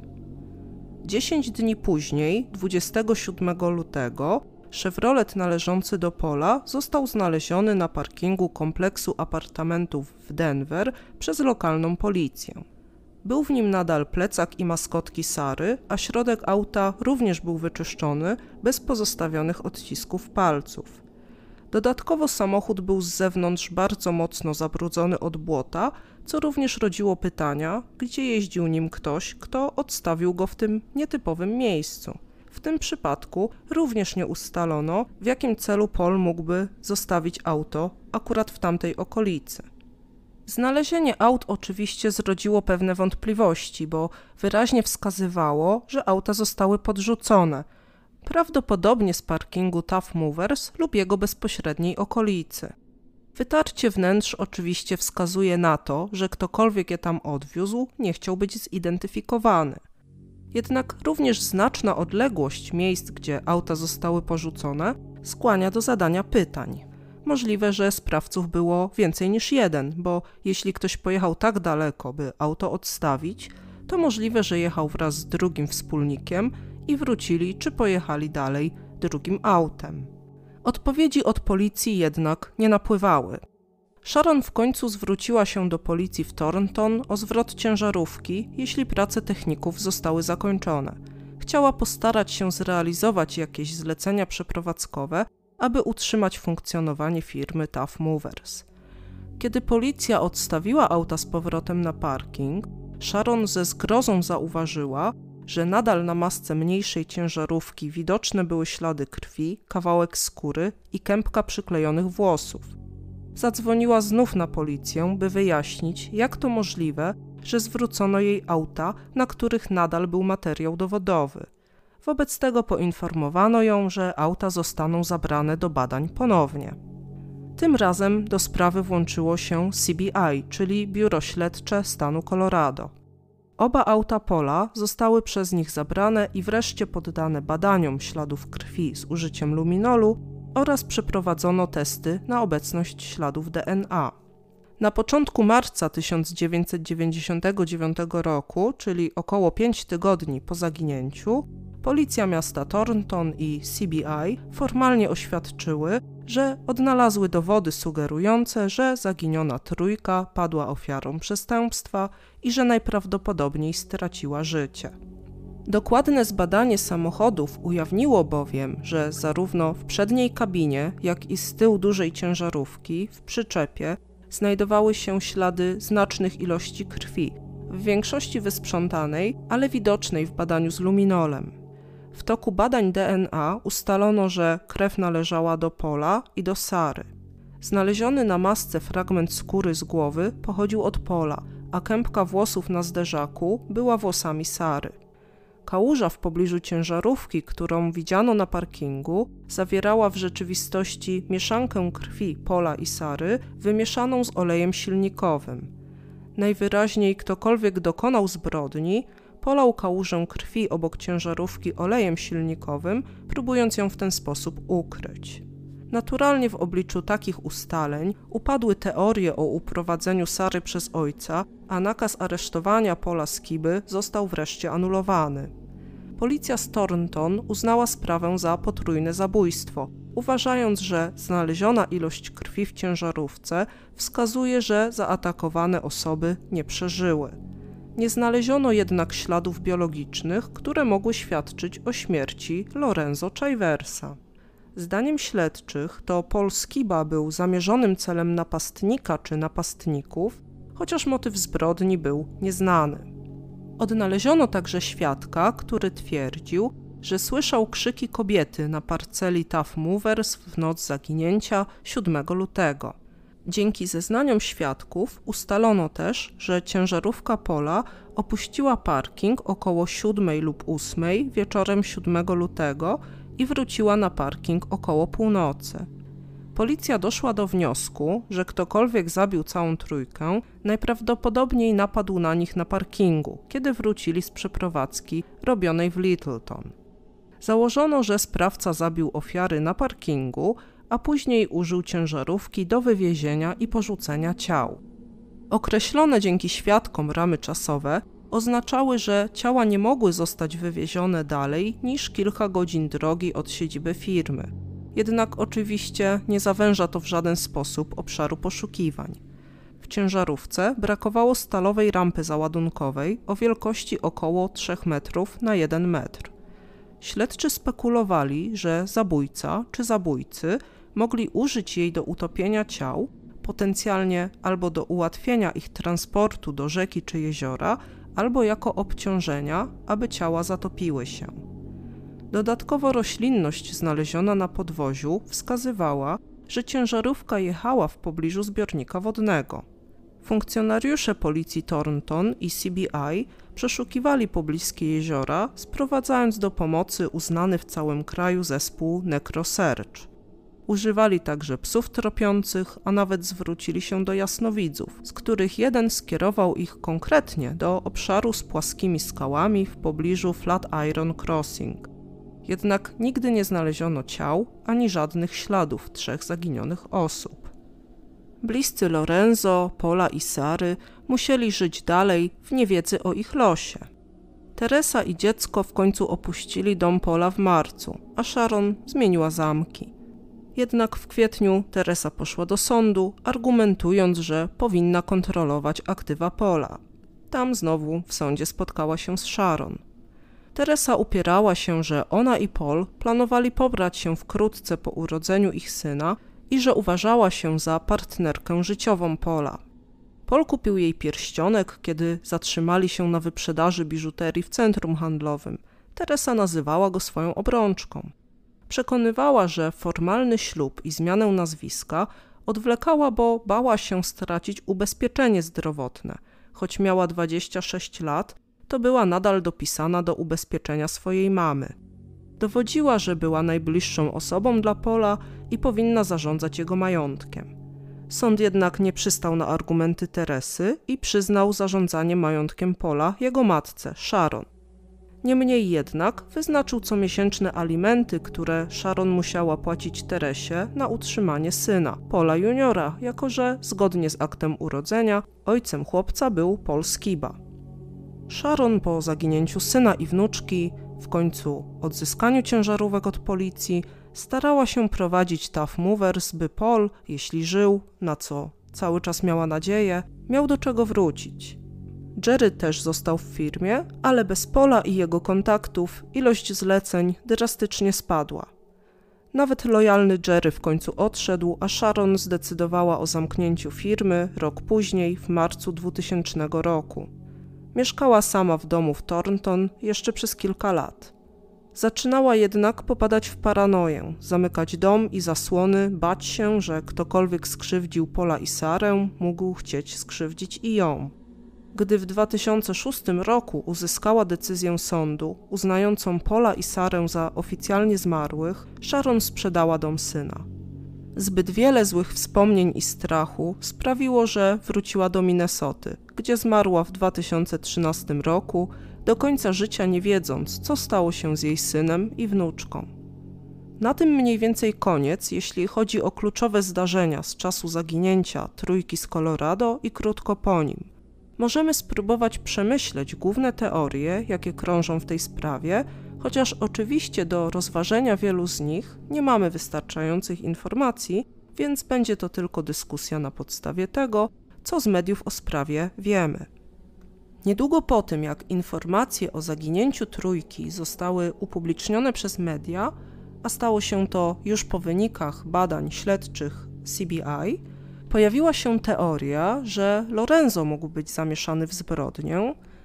Dziesięć dni później, dwudziestego siódmego lutego, Chevrolet należący do Paula został znaleziony na parkingu kompleksu apartamentów w Denver przez lokalną policję. Był w nim nadal plecak i maskotki Sary, a środek auta również był wyczyszczony, bez pozostawionych odcisków palców. Dodatkowo samochód był z zewnątrz bardzo mocno zabrudzony od błota, co również rodziło pytania, gdzie jeździł nim ktoś, kto odstawił go w tym nietypowym miejscu. W tym przypadku również nie ustalono, w jakim celu Paul mógłby zostawić auto akurat w tamtej okolicy. Znalezienie aut oczywiście zrodziło pewne wątpliwości, bo wyraźnie wskazywało, że auta zostały podrzucone, prawdopodobnie z parkingu Tough Movers lub jego bezpośredniej okolicy. Wytarcie wnętrz oczywiście wskazuje na to, że ktokolwiek je tam odwiózł, nie chciał być zidentyfikowany. Jednak również znaczna odległość miejsc, gdzie auta zostały porzucone, skłania do zadania pytań. Możliwe, że sprawców było więcej niż jeden, bo jeśli ktoś pojechał tak daleko, by auto odstawić, to możliwe, że jechał wraz z drugim wspólnikiem i wrócili czy pojechali dalej drugim autem. Odpowiedzi od policji jednak nie napływały. Sharon w końcu zwróciła się do policji w Thornton o zwrot ciężarówki, jeśli prace techników zostały zakończone. Chciała postarać się zrealizować jakieś zlecenia przeprowadzkowe, aby utrzymać funkcjonowanie firmy Tough Movers. Kiedy policja odstawiła auta z powrotem na parking, Sharon ze zgrozą zauważyła, że nadal na masce mniejszej ciężarówki widoczne były ślady krwi, kawałek skóry i kępka przyklejonych włosów. Zadzwoniła znów na policję, by wyjaśnić, jak to możliwe, że zwrócono jej auta, na których nadal był materiał dowodowy. Wobec tego poinformowano ją, że auta zostaną zabrane do badań ponownie. Tym razem do sprawy włączyło się C B I, czyli Biuro Śledcze stanu Colorado. Oba auta Paula zostały przez nich zabrane i wreszcie poddane badaniom śladów krwi z użyciem luminolu oraz przeprowadzono testy na obecność śladów D N A. Na początku marca tysiąc dziewięćset dziewięćdziesiątego dziewiątego roku, czyli około pięć tygodni po zaginięciu, policja miasta Thornton i C B I formalnie oświadczyły, że odnalazły dowody sugerujące, że zaginiona trójka padła ofiarą przestępstwa i że najprawdopodobniej straciła życie. Dokładne zbadanie samochodów ujawniło bowiem, że zarówno w przedniej kabinie, jak i z tyłu dużej ciężarówki, w przyczepie, znajdowały się ślady znacznych ilości krwi, w większości wysprzątanej, ale widocznej w badaniu z luminolem. W toku badań D N A ustalono, że krew należała do Paula i do Sary. Znaleziony na masce fragment skóry z głowy pochodził od Paula, a kępka włosów na zderzaku była włosami Sary. Kałuża w pobliżu ciężarówki, którą widziano na parkingu, zawierała w rzeczywistości mieszankę krwi Paula i Sary wymieszaną z olejem silnikowym. Najwyraźniej ktokolwiek dokonał zbrodni, polał kałużę krwi obok ciężarówki olejem silnikowym, próbując ją w ten sposób ukryć. Naturalnie w obliczu takich ustaleń upadły teorie o uprowadzeniu Sary przez ojca, a nakaz aresztowania Paula Skiby został wreszcie anulowany. Policja z Thornton uznała sprawę za potrójne zabójstwo, uważając, że znaleziona ilość krwi w ciężarówce wskazuje, że zaatakowane osoby nie przeżyły. Nie znaleziono jednak śladów biologicznych, które mogły świadczyć o śmierci Lorenzo Chiversa. Zdaniem śledczych to Paul Skiba był zamierzonym celem napastnika czy napastników, chociaż motyw zbrodni był nieznany. Odnaleziono także świadka, który twierdził, że słyszał krzyki kobiety na parceli Tough Movers w noc zaginięcia siódmego lutego. Dzięki zeznaniom świadków ustalono też, że ciężarówka Paula opuściła parking około siódmej lub ósmej wieczorem siódmego lutego i wróciła na parking około północy. Policja doszła do wniosku, że ktokolwiek zabił całą trójkę, najprawdopodobniej napadł na nich na parkingu, kiedy wrócili z przeprowadzki robionej w Littleton. Założono, że sprawca zabił ofiary na parkingu, a później użył ciężarówki do wywiezienia i porzucenia ciał. Określone dzięki świadkom ramy czasowe oznaczały, że ciała nie mogły zostać wywiezione dalej niż kilka godzin drogi od siedziby firmy. Jednak oczywiście nie zawęża to w żaden sposób obszaru poszukiwań. W ciężarówce brakowało stalowej rampy załadunkowej o wielkości około trzech metrów na jeden metr. Śledczy spekulowali, że zabójca czy zabójcy mogli użyć jej do utopienia ciał, potencjalnie albo do ułatwienia ich transportu do rzeki czy jeziora, albo jako obciążenia, aby ciała zatopiły się. Dodatkowo roślinność znaleziona na podwoziu wskazywała, że ciężarówka jechała w pobliżu zbiornika wodnego. Funkcjonariusze policji Thornton i C B I przeszukiwali pobliskie jeziora, sprowadzając do pomocy uznany w całym kraju zespół NecroSearch. Używali także psów tropiących, a nawet zwrócili się do jasnowidzów, z których jeden skierował ich konkretnie do obszaru z płaskimi skałami w pobliżu Flatiron Crossing. Jednak nigdy nie znaleziono ciał ani żadnych śladów trzech zaginionych osób. Bliscy Lorenzo, Paula i Sary musieli żyć dalej w niewiedzy o ich losie. Teresa i dziecko w końcu opuścili dom Paula w marcu, a Sharon zmieniła zamki. Jednak w kwietniu Teresa poszła do sądu, argumentując, że powinna kontrolować aktywa Paula. Tam znowu w sądzie spotkała się z Sharon. Teresa upierała się, że ona i Paul planowali pobrać się wkrótce po urodzeniu ich syna i że uważała się za partnerkę życiową Paula. Paul kupił jej pierścionek, kiedy zatrzymali się na wyprzedaży biżuterii w centrum handlowym. Teresa nazywała go swoją obrączką. Przekonywała, że formalny ślub i zmianę nazwiska odwlekała, bo bała się stracić ubezpieczenie zdrowotne. Choć miała dwadzieścia sześć lat, to była nadal dopisana do ubezpieczenia swojej mamy. Dowodziła, że była najbliższą osobą dla Paula i powinna zarządzać jego majątkiem. Sąd jednak nie przystał na argumenty Teresy i przyznał zarządzanie majątkiem Paula jego matce, Sharon. Niemniej jednak wyznaczył comiesięczne alimenty, które Sharon musiała płacić Teresie na utrzymanie syna, Paula juniora, jako że zgodnie z aktem urodzenia ojcem chłopca był Paul Skiba. Sharon po zaginięciu syna i wnuczki, w końcu odzyskaniu ciężarówek od policji, starała się prowadzić Tough Movers, by Paul, jeśli żył, na co cały czas miała nadzieję, miał do czego wrócić. Jerry też został w firmie, ale bez Paula i jego kontaktów ilość zleceń drastycznie spadła. Nawet lojalny Jerry w końcu odszedł, a Sharon zdecydowała o zamknięciu firmy rok później, w marcu dwutysięcznego roku. Mieszkała sama w domu w Thornton jeszcze przez kilka lat. Zaczynała jednak popadać w paranoję, zamykać dom i zasłony, bać się, że ktokolwiek skrzywdził Paula i Sarę, mógł chcieć skrzywdzić i ją. Gdy w dwa tysiące szóstym roku uzyskała decyzję sądu uznającą Paula i Sarę za oficjalnie zmarłych, Sharon sprzedała dom syna. Zbyt wiele złych wspomnień i strachu sprawiło, że wróciła do Minnesoty, gdzie zmarła w dwa tysiące trzynastym roku, do końca życia nie wiedząc, co stało się z jej synem i wnuczką. Na tym mniej więcej koniec, jeśli chodzi o kluczowe zdarzenia z czasu zaginięcia trójki z Colorado i krótko po nim. Możemy spróbować przemyśleć główne teorie, jakie krążą w tej sprawie, chociaż oczywiście do rozważenia wielu z nich nie mamy wystarczających informacji, więc będzie to tylko dyskusja na podstawie tego, co z mediów o sprawie wiemy. Niedługo po tym, jak informacje o zaginięciu trójki zostały upublicznione przez media, a stało się to już po wynikach badań śledczych C B I, pojawiła się teoria, że Lorenzo mógł być zamieszany w zbrodnię,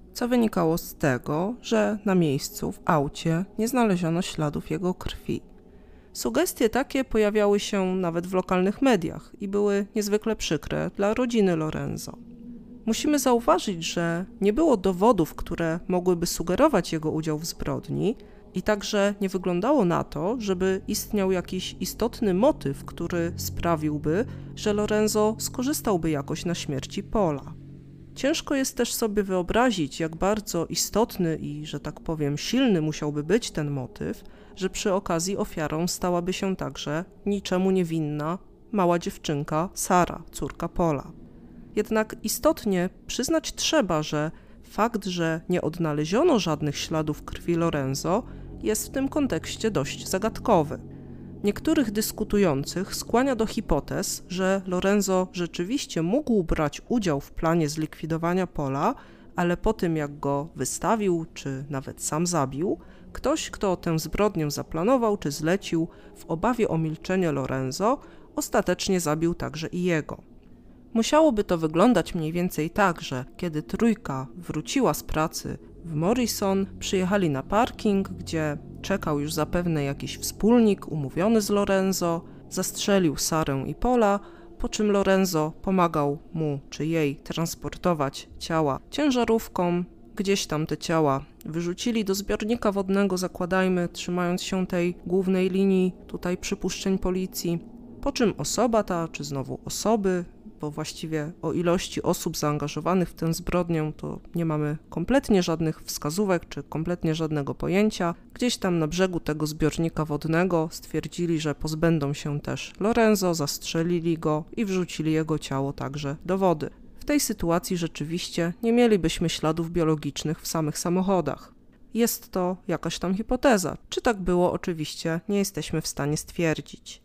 co wynikało z tego, że na miejscu w aucie nie znaleziono śladów jego krwi. Sugestie takie pojawiały się nawet w lokalnych mediach i były niezwykle przykre dla rodziny Lorenzo. Musimy zauważyć, że nie było dowodów, które mogłyby sugerować jego udział w zbrodni i także nie wyglądało na to, żeby istniał jakiś istotny motyw, który sprawiłby, że Lorenzo skorzystałby jakoś na śmierci Paula. Ciężko jest też sobie wyobrazić, jak bardzo istotny i, że tak powiem, silny musiałby być ten motyw, że przy okazji ofiarą stałaby się także niczemu niewinna mała dziewczynka Sara, córka Paula. Jednak istotnie przyznać trzeba, że fakt, że nie odnaleziono żadnych śladów krwi Lorenzo, jest w tym kontekście dość zagadkowy. Niektórych dyskutujących skłania do hipotez, że Lorenzo rzeczywiście mógł brać udział w planie zlikwidowania Paula, ale po tym jak go wystawił, czy nawet sam zabił, ktoś, kto tę zbrodnię zaplanował czy zlecił w obawie o milczenie Lorenzo, ostatecznie zabił także i jego. Musiałoby to wyglądać mniej więcej tak, że kiedy trójka wróciła z pracy w Morrison, przyjechali na parking, gdzie czekał już zapewne jakiś wspólnik umówiony z Lorenzo, zastrzelił Sarę i Paula, po czym Lorenzo pomagał mu czy jej transportować ciała ciężarówką. Gdzieś tam te ciała wyrzucili do zbiornika wodnego, zakładajmy, trzymając się tej głównej linii tutaj przypuszczeń policji, po czym osoba ta, czy znowu osoby, bo właściwie o ilości osób zaangażowanych w tę zbrodnię to nie mamy kompletnie żadnych wskazówek czy kompletnie żadnego pojęcia. Gdzieś tam na brzegu tego zbiornika wodnego stwierdzili, że pozbędą się też Lorenzo, zastrzelili go i wrzucili jego ciało także do wody. W tej sytuacji rzeczywiście nie mielibyśmy śladów biologicznych w samych samochodach. Jest to jakaś tam hipoteza. Czy tak było, oczywiście nie jesteśmy w stanie stwierdzić.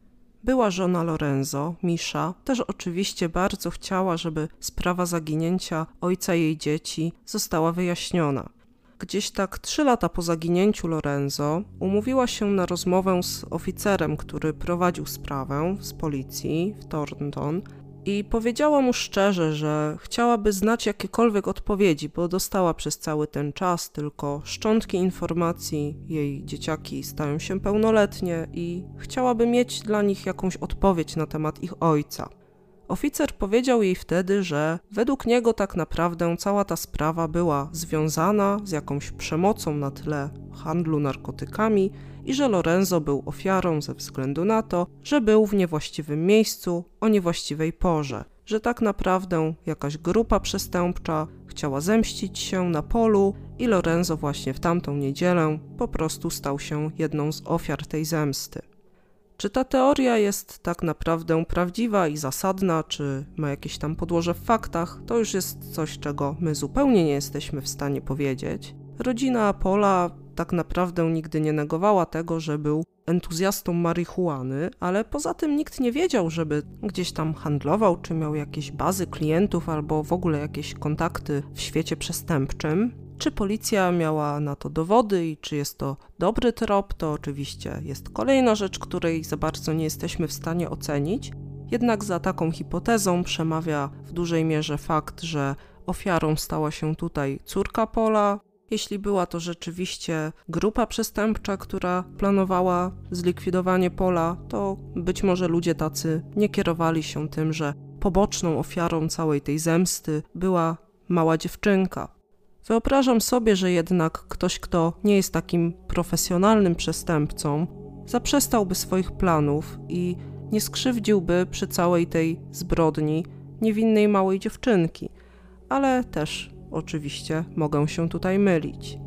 Była żona Lorenzo, Misza, też oczywiście bardzo chciała, żeby sprawa zaginięcia ojca jej dzieci została wyjaśniona. Gdzieś tak trzy lata po zaginięciu Lorenzo umówiła się na rozmowę z oficerem, który prowadził sprawę z policji w Thornton i powiedziała mu szczerze, że chciałaby znać jakiekolwiek odpowiedzi, bo dostała przez cały ten czas tylko szczątki informacji, jej dzieciaki stają się pełnoletnie i chciałaby mieć dla nich jakąś odpowiedź na temat ich ojca. Oficer powiedział jej wtedy, że według niego tak naprawdę cała ta sprawa była związana z jakąś przemocą na tle handlu narkotykami i że Lorenzo był ofiarą ze względu na to, że był w niewłaściwym miejscu o niewłaściwej porze, że tak naprawdę jakaś grupa przestępcza chciała zemścić się na Paulu i Lorenzo właśnie w tamtą niedzielę po prostu stał się jedną z ofiar tej zemsty. Czy ta teoria jest tak naprawdę prawdziwa i zasadna, czy ma jakieś tam podłoże w faktach, to już jest coś, czego my zupełnie nie jesteśmy w stanie powiedzieć. Rodzina Paula tak naprawdę nigdy nie negowała tego, że był entuzjastą marihuany, ale poza tym nikt nie wiedział, żeby gdzieś tam handlował, czy miał jakieś bazy klientów albo w ogóle jakieś kontakty w świecie przestępczym. Czy policja miała na to dowody i czy jest to dobry trop, to oczywiście jest kolejna rzecz, której za bardzo nie jesteśmy w stanie ocenić. Jednak za taką hipotezą przemawia w dużej mierze fakt, że ofiarą stała się tutaj córka Paula. Jeśli była to rzeczywiście grupa przestępcza, która planowała zlikwidowanie Paula, to być może ludzie tacy nie kierowali się tym, że poboczną ofiarą całej tej zemsty była mała dziewczynka. Wyobrażam sobie, że jednak ktoś, kto nie jest takim profesjonalnym przestępcą, zaprzestałby swoich planów i nie skrzywdziłby przy całej tej zbrodni niewinnej małej dziewczynki, ale też oczywiście mogę się tutaj mylić.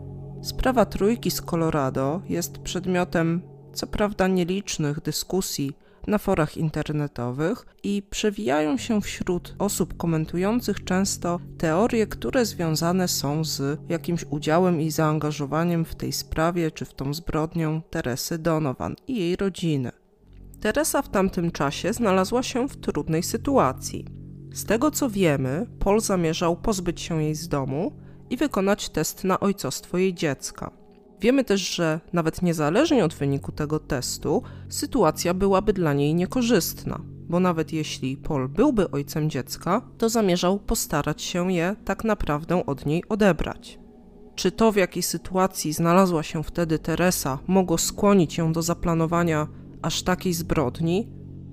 Sprawa trójki z Colorado jest przedmiotem co prawda nielicznych dyskusji na forach internetowych i przewijają się wśród osób komentujących często teorie, które związane są z jakimś udziałem i zaangażowaniem w tej sprawie czy w tą zbrodnią Teresy Donovan i jej rodziny. Teresa w tamtym czasie znalazła się w trudnej sytuacji. Z tego co wiemy, Paul zamierzał pozbyć się jej z domu i wykonać test na ojcostwo jej dziecka. Wiemy też, że nawet niezależnie od wyniku tego testu, sytuacja byłaby dla niej niekorzystna. bo nawet jeśli Paul byłby ojcem dziecka, to zamierzał postarać się je tak naprawdę od niej odebrać. Czy to, w jakiej sytuacji znalazła się wtedy Teresa, mogło skłonić ją do zaplanowania aż takiej zbrodni?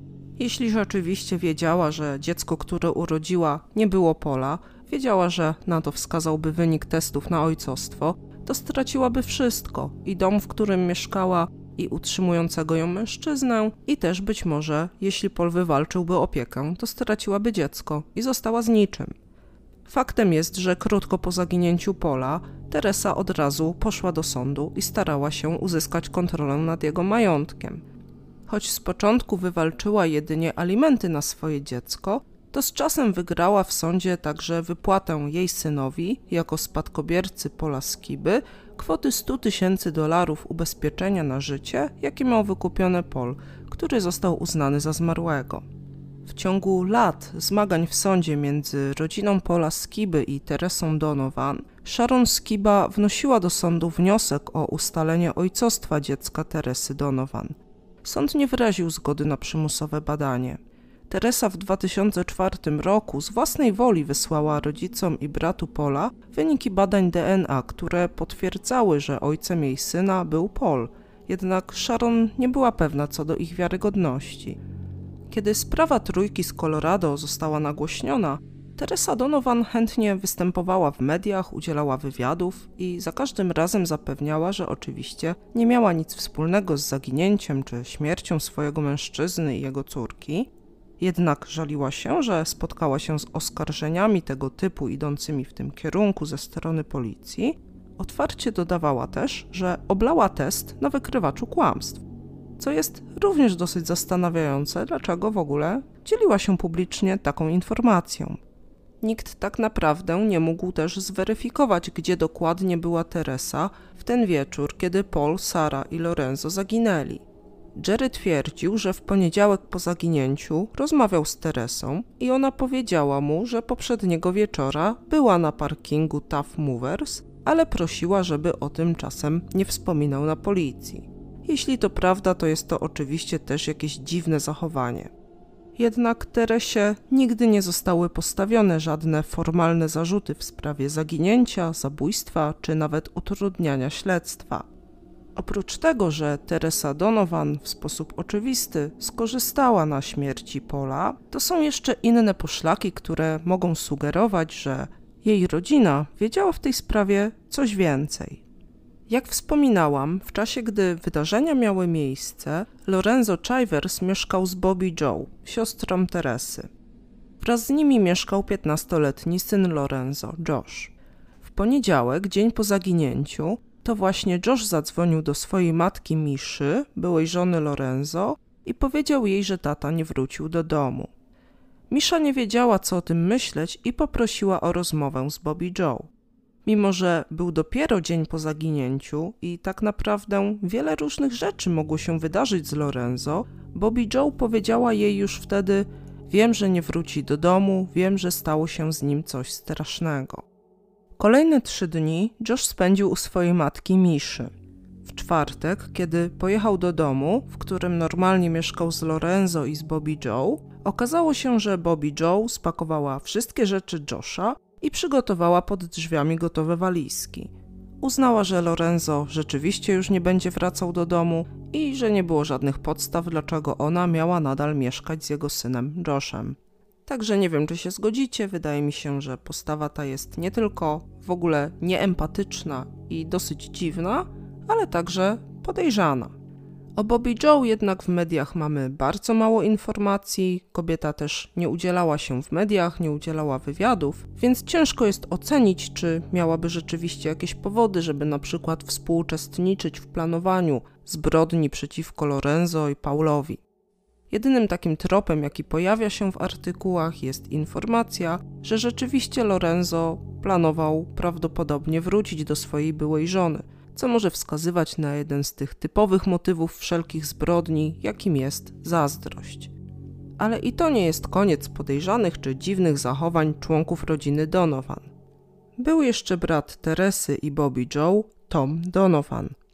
Jeśli rzeczywiście wiedziała, że dziecko, które urodziła, nie było Paula, wiedziała, że na to wskazałby wynik testów na ojcostwo, to straciłaby wszystko, i dom, w którym mieszkała, i utrzymującego ją mężczyznę, i też być może, jeśli Paul wywalczyłby opiekę, to straciłaby dziecko i została z niczym. Faktem jest, że krótko po zaginięciu Paula, Teresa od razu poszła do sądu i starała się uzyskać kontrolę nad jego majątkiem. Choć z początku wywalczyła jedynie alimenty na swoje dziecko, to z czasem wygrała w sądzie także wypłatę jej synowi, jako spadkobiercy Paula Skiby, kwoty sto tysięcy dolarów ubezpieczenia na życie, jakie miał wykupione Paul, który został uznany za zmarłego. W ciągu lat zmagań w sądzie między rodziną Paula Skiby i Teresą Donovan, Sharon Skiba wnosiła do sądu wniosek o ustalenie ojcostwa dziecka Teresy Donovan. Sąd nie wyraził zgody na przymusowe badanie. Teresa w dwa tysiące czwartym roku z własnej woli wysłała rodzicom i bratu Paula wyniki badań D N A, które potwierdzały, że ojcem jej syna był Paul, jednak Sharon nie była pewna co do ich wiarygodności. Kiedy sprawa trójki z Colorado została nagłośniona, Teresa Donovan chętnie występowała w mediach, udzielała wywiadów i za każdym razem zapewniała, że oczywiście nie miała nic wspólnego z zaginięciem czy śmiercią swojego mężczyzny i jego córki. Jednak żaliła się, że spotkała się z oskarżeniami tego typu idącymi w tym kierunku ze strony policji. Otwarcie dodawała też, że oblała test na wykrywaczu kłamstw, co jest również dosyć zastanawiające, dlaczego w ogóle dzieliła się publicznie taką informacją. Nikt tak naprawdę nie mógł też zweryfikować, gdzie dokładnie była Teresa w ten wieczór, kiedy Paul, Sara i Lorenzo zaginęli. Jerry twierdził, że w poniedziałek po zaginięciu rozmawiał z Teresą i ona powiedziała mu, że poprzedniego wieczora była na parkingu Tough Movers, ale prosiła, żeby o tym czasem nie wspominał na policji. Jeśli to prawda, to jest to oczywiście też jakieś dziwne zachowanie. Jednak Teresie nigdy nie zostały postawione żadne formalne zarzuty w sprawie zaginięcia, zabójstwa czy nawet utrudniania śledztwa. Oprócz tego, że Teresa Donovan w sposób oczywisty skorzystała na śmierci Paula, to są jeszcze inne poszlaki, które mogą sugerować, że jej rodzina wiedziała w tej sprawie coś więcej. Jak wspominałam, w czasie gdy wydarzenia miały miejsce, Lorenzo Chivers mieszkał z Bobby Joe, siostrą Teresy. Wraz z nimi mieszkał piętnastoletni syn Lorenzo, Josh. W poniedziałek, dzień po zaginięciu, to właśnie Josh zadzwonił do swojej matki Miszy, byłej żony Lorenzo, i powiedział jej, że tata nie wrócił do domu. Misza nie wiedziała, co o tym myśleć i poprosiła o rozmowę z Bobby Joe. Mimo że był dopiero dzień po zaginięciu i tak naprawdę wiele różnych rzeczy mogło się wydarzyć z Lorenzo, Bobby Joe powiedziała jej już wtedy: wiem, że nie wróci do domu, wiem, że stało się z nim coś strasznego. Kolejne trzy dni Josh spędził u swojej matki Miszy. W czwartek, kiedy pojechał do domu, w którym normalnie mieszkał z Lorenzo i z Bobby Joe, okazało się, że Bobby Joe spakowała wszystkie rzeczy Josha i przygotowała pod drzwiami gotowe walizki. Uznała, że Lorenzo rzeczywiście już nie będzie wracał do domu i że nie było żadnych podstaw, dlaczego ona miała nadal mieszkać z jego synem Joshem. Także nie wiem, czy się zgodzicie, wydaje mi się, że postawa ta jest nie tylko w ogóle nieempatyczna i dosyć dziwna, ale także podejrzana. O Bobby Joe jednak w mediach mamy bardzo mało informacji, kobieta też nie udzielała się w mediach, nie udzielała wywiadów, więc ciężko jest ocenić, czy miałaby rzeczywiście jakieś powody, żeby na przykład współuczestniczyć w planowaniu zbrodni przeciwko Lorenzo i Paulowi. Jedynym takim tropem, jaki pojawia się w artykułach, jest informacja, że rzeczywiście Lorenzo planował prawdopodobnie wrócić do swojej byłej żony, co może wskazywać na jeden z tych typowych motywów wszelkich zbrodni, jakim jest zazdrość. Ale i to nie jest koniec podejrzanych czy dziwnych zachowań członków rodziny Donovan. Był jeszcze brat Teresy i Bobby Joe, Tom Donovan.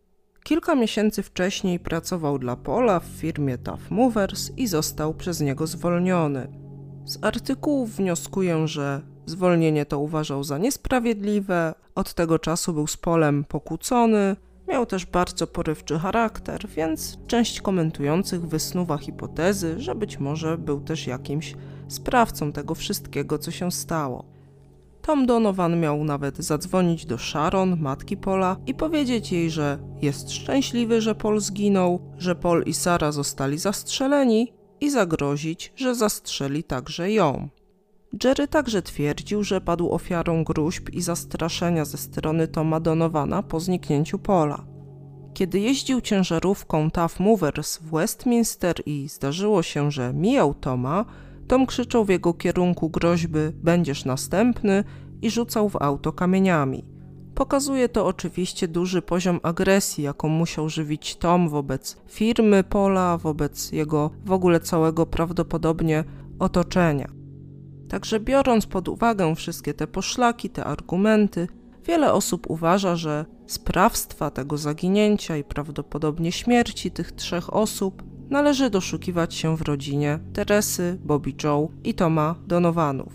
Kilka miesięcy wcześniej pracował dla Paula w firmie Tough Movers i został przez niego zwolniony. Z artykułów wnioskuję, że zwolnienie to uważał za niesprawiedliwe, od tego czasu był z Paulem pokłócony, miał też bardzo porywczy charakter, więc część komentujących wysnuwa hipotezy, że być może był też jakimś sprawcą tego wszystkiego, co się stało. Tom Donovan miał nawet zadzwonić do Sharon, matki Paula, i powiedzieć jej, że jest szczęśliwy, że Paul zginął, że Paul i Sarah zostali zastrzeleni i zagrozić, że zastrzeli także ją. Jerry także twierdził, że padł ofiarą gróźb i zastraszenia ze strony Toma Donovana po zniknięciu Paula. Kiedy jeździł ciężarówką Tough Movers w Westminster i zdarzyło się, że mijał Toma, Tom krzyczał w jego kierunku groźby „będziesz następny” i rzucał w auto kamieniami. Pokazuje to oczywiście duży poziom agresji, jaką musiał żywić Tom wobec firmy Paula, wobec jego w ogóle całego prawdopodobnie otoczenia. Także biorąc pod uwagę wszystkie te poszlaki, te argumenty, wiele osób uważa, że sprawstwa tego zaginięcia i prawdopodobnie śmierci tych trzech osób należy doszukiwać się w rodzinie Teresy, Bobby Joe i Toma Donovanów.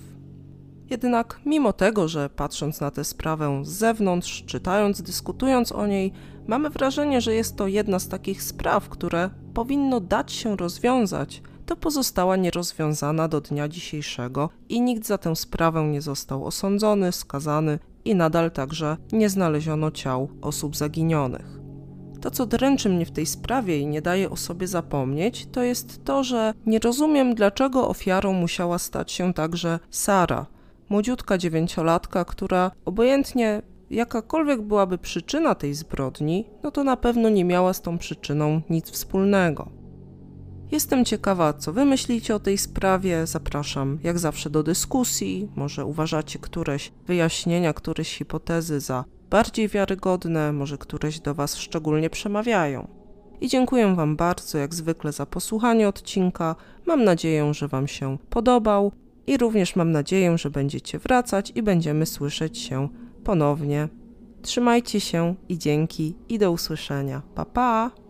Jednak mimo tego, że patrząc na tę sprawę z zewnątrz, czytając, dyskutując o niej, mamy wrażenie, że jest to jedna z takich spraw, które powinno dać się rozwiązać, to pozostała nierozwiązana do dnia dzisiejszego i nikt za tę sprawę nie został osądzony, skazany i nadal także nie znaleziono ciał osób zaginionych. To, co dręczy mnie w tej sprawie i nie daje o sobie zapomnieć, to jest to, że nie rozumiem, dlaczego ofiarą musiała stać się także Sarah, młodziutka dziewięciolatka, która obojętnie jakakolwiek byłaby przyczyna tej zbrodni, no to na pewno nie miała z tą przyczyną nic wspólnego. Jestem ciekawa, co wy myślicie o tej sprawie, zapraszam jak zawsze do dyskusji, może uważacie któreś wyjaśnienia, któreś hipotezy za bardziej wiarygodne, może któreś do was szczególnie przemawiają. I dziękuję wam bardzo jak zwykle za posłuchanie odcinka, mam nadzieję, że wam się podobał i również mam nadzieję, że będziecie wracać i będziemy słyszeć się ponownie. Trzymajcie się i dzięki i do usłyszenia. Pa, pa!